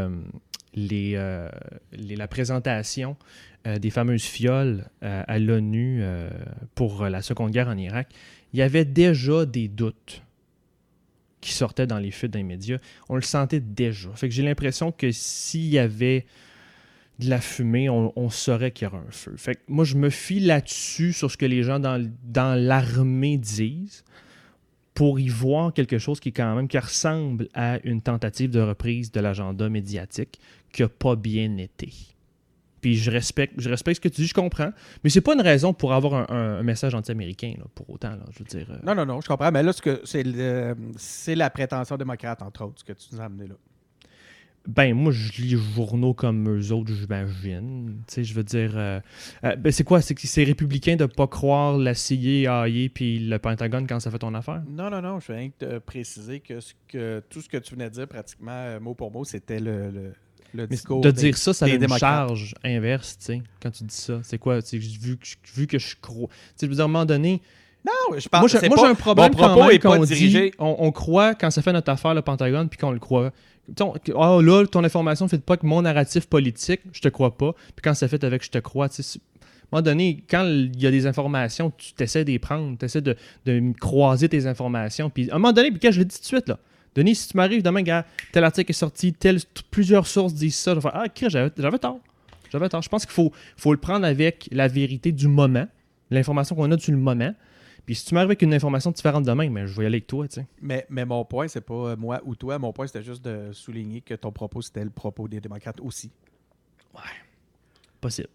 S1: la présentation des fameuses fioles à l'ONU pour la Seconde Guerre en Irak, il y avait déjà des doutes qui sortaient dans les fuites des médias. On le sentait déjà. Fait que j'ai l'impression que s'il y avait de la fumée, on saurait qu'il y aurait un feu. Fait que moi, je me fie là-dessus sur ce que les gens dans l'armée disent pour y voir quelque chose qui ressemble à une tentative de reprise de l'agenda médiatique qui n'a pas bien été. Puis je respecte ce que tu dis, je comprends. Mais c'est pas une raison pour avoir un message anti-américain, là, pour autant. Là, je veux dire,
S3: Non, je comprends. Mais là, c'est la prétention démocrate, entre autres, ce que tu nous as amené là.
S1: Ben, moi, je lis les journaux comme eux autres, j'imagine. Tu sais, je veux dire... c'est quoi? C'est que c'est républicain de pas croire la CIA, AI puis le Pentagone quand ça fait ton affaire?
S3: Non. Je viens de te préciser que tout ce que tu venais de dire, pratiquement, mot pour mot, c'était le discours
S1: dire ça a une
S3: démocrates.
S1: charge inverse, tu sais, quand tu dis ça. C'est quoi? Vu que je crois... Tu sais, je veux dire, à un moment donné...
S3: Non, je pense
S1: moi, j'ai un problème
S3: mon propos
S1: quand même
S3: est pas dirigé.
S1: On croit quand ça fait notre affaire, le Pentagone, puis qu'on le croit. Là, ton information ne fait pas que mon narratif politique, je te crois pas. Puis quand ça fait avec je te crois, tu sais, à un moment donné, quand il y a des informations, tu essaies de les prendre, tu essaies de croiser tes informations. Puis à un moment donné, puis je le dis tout de suite, là. Denis, si tu m'arrives demain, gars, tel article est sorti, plusieurs sources disent ça, je vais faire, j'avais tort. Je pense qu'il faut le prendre avec la vérité du moment, l'information qu'on a sur le moment. Puis si tu m'arrives avec une information différente demain, mais je vais y aller avec toi, tu sais.
S3: Mais mon point, c'est pas moi ou toi. Mon point, c'était juste de souligner que ton propos, c'était le propos des démocrates aussi.
S1: Ouais. Possible.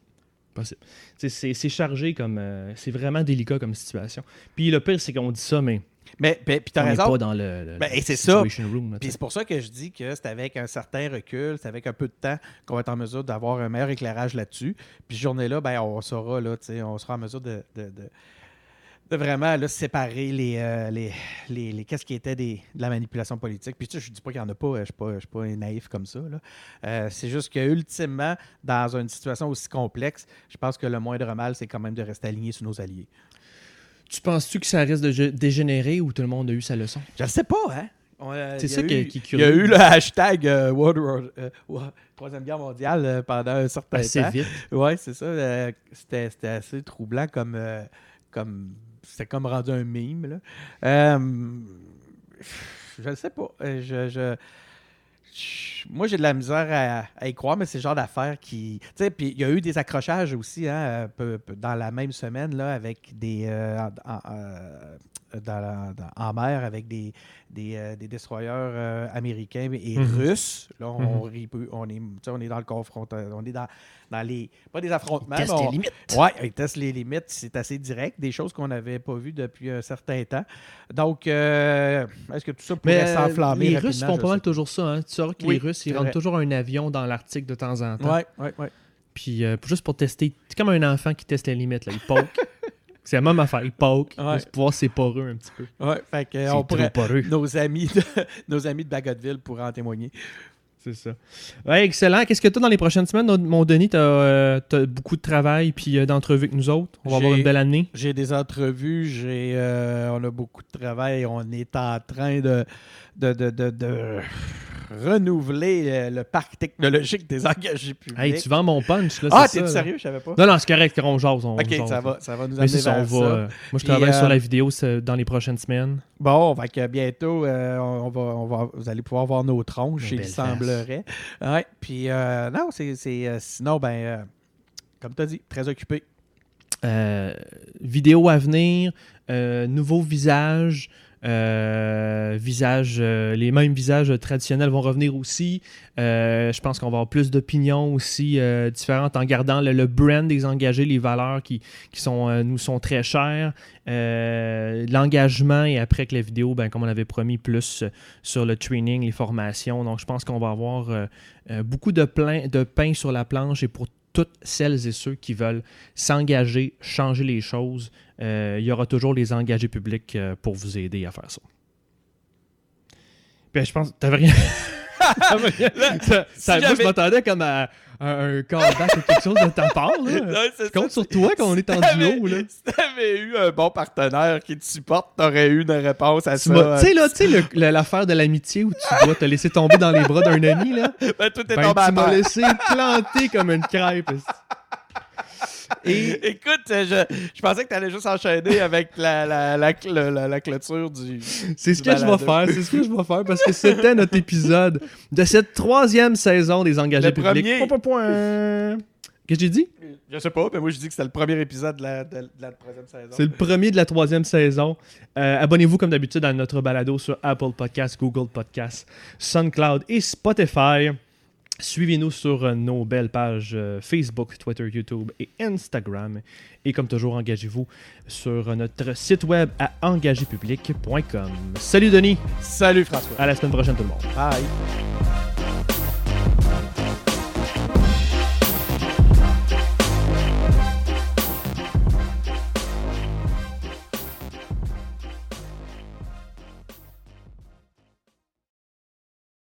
S1: C'est chargé comme... c'est vraiment délicat comme situation. Puis le pire, c'est qu'on dit ça, mais...
S3: Puis t'as raison.
S1: On n'est pas dans le
S3: c'est ça.
S1: Room.
S3: Puis c'est pour ça que je dis que c'est avec un certain recul, c'est avec un peu de temps qu'on va être en mesure d'avoir un meilleur éclairage là-dessus. Puis cette journée-là, on saura, là, on sera en mesure de vraiment là, séparer les qu'est-ce qui était de la manipulation politique. Puis je dis pas qu'il n'y en a pas, je suis pas naïf comme ça. Là. C'est juste qu'ultimement, dans une situation aussi complexe, je pense que le moindre mal, c'est quand même de rester aligné sur nos alliés.
S1: Tu penses-tu que ça risque de dégénérer ou tout le monde a eu sa leçon?
S3: Je le sais pas, hein?
S1: C'est ça qui est curieux.
S3: Il y a eu le hashtag Troisième Guerre mondiale pendant un certain temps.
S1: Assez vite.
S3: Oui, c'est ça. C'était assez troublant comme c'était comme rendu un meme. Là. Je ne sais pas. moi, j'ai de la misère à y croire, mais c'est le genre d'affaire qui... Tu sais, puis il y a eu des accrochages aussi, hein, dans la même semaine, là, avec des... en mer, avec des destroyers américains et russes. Là, on est dans le confrontation. On est dans les... Pas des affrontements,
S1: ils testent les limites.
S3: Oui, ils testent les limites. C'est assez direct. Des choses qu'on n'avait pas vues depuis un certain temps. Donc, est-ce que tout ça pourrait s'enflammer
S1: Les
S3: rapidement?
S1: Russes font pas mal toujours ça. Hein. Tu sauras que les Russes, ils rentrent toujours un avion dans l'Arctique de temps en temps.
S3: Oui.
S1: Puis juste pour tester. C'est comme un enfant qui teste les limites. Là. Il poke. C'est la même affaire. Il poke. Juste pour voir si c'est poreux un petit peu.
S3: Oui, fait que on pourrait... Nos amis de Bagotville pourraient en témoigner.
S1: C'est ça. Ouais, excellent. Qu'est-ce que tu as dans les prochaines semaines, mon Denis? Tu as beaucoup de travail puis d'entrevues avec nous autres. On va avoir une belle année.
S3: J'ai des entrevues, on a beaucoup de travail. On est en train de renouveler le parc technologique des engagés publics.
S1: Hey, tu vends mon punch, là,
S3: t'es sérieux? Je savais pas.
S1: Non, c'est correct, on jase.
S3: OK,
S1: jase,
S3: ça va nous amener vers ça.
S1: Moi, je travaille sur la vidéo dans les prochaines semaines.
S3: Bon, fait que bientôt, vous allez pouvoir voir nos tronches, il semblerait. Ouais, puis non, sinon, comme tu as dit, très occupé.
S1: Vidéo à venir, nouveaux visages. Les mêmes visages traditionnels vont revenir aussi. Je pense qu'on va avoir plus d'opinions aussi différentes en gardant le brand des engagés, les valeurs qui nous sont très chères. L'engagement et après que la vidéo, comme on avait promis, plus sur le training, les formations. Donc je pense qu'on va avoir beaucoup de pain sur la planche et pour toutes celles et ceux qui veulent s'engager, changer les choses, il y aura toujours les engagés publics pour vous aider à faire ça. Puis je pense que t'avais rien. Je m'attendais comme à un callback ou quelque chose de ta part. Je compte sur toi quand on est en duo. Là.
S3: Si t'avais eu un bon partenaire qui te supporte, t'aurais eu une réponse à ça.
S1: Tu sais, l'affaire de l'amitié où tu dois te laisser tomber dans les bras d'un ami. Là.
S3: Toi, t'es tombé
S1: tu m'as laissé planter comme une crêpe.
S3: Et écoute, je pensais que tu allais juste enchaîner avec la clôture du.
S1: C'est ce que je vais faire parce que c'était notre épisode de cette 3e saison des engagés publics. Qu'est-ce que j'ai dit?
S3: Je sais pas, mais moi je dis que c'était le premier épisode de la 3e saison.
S1: C'est le premier de la 3e saison. Abonnez-vous comme d'habitude à notre balado sur Apple Podcasts, Google Podcasts, SoundCloud et Spotify. Suivez-nous sur nos belles pages Facebook, Twitter, YouTube et Instagram. Et comme toujours, engagez-vous sur notre site web à engagépublic.com. Salut Denis!
S3: Salut François!
S1: À la semaine prochaine tout le monde!
S3: Bye!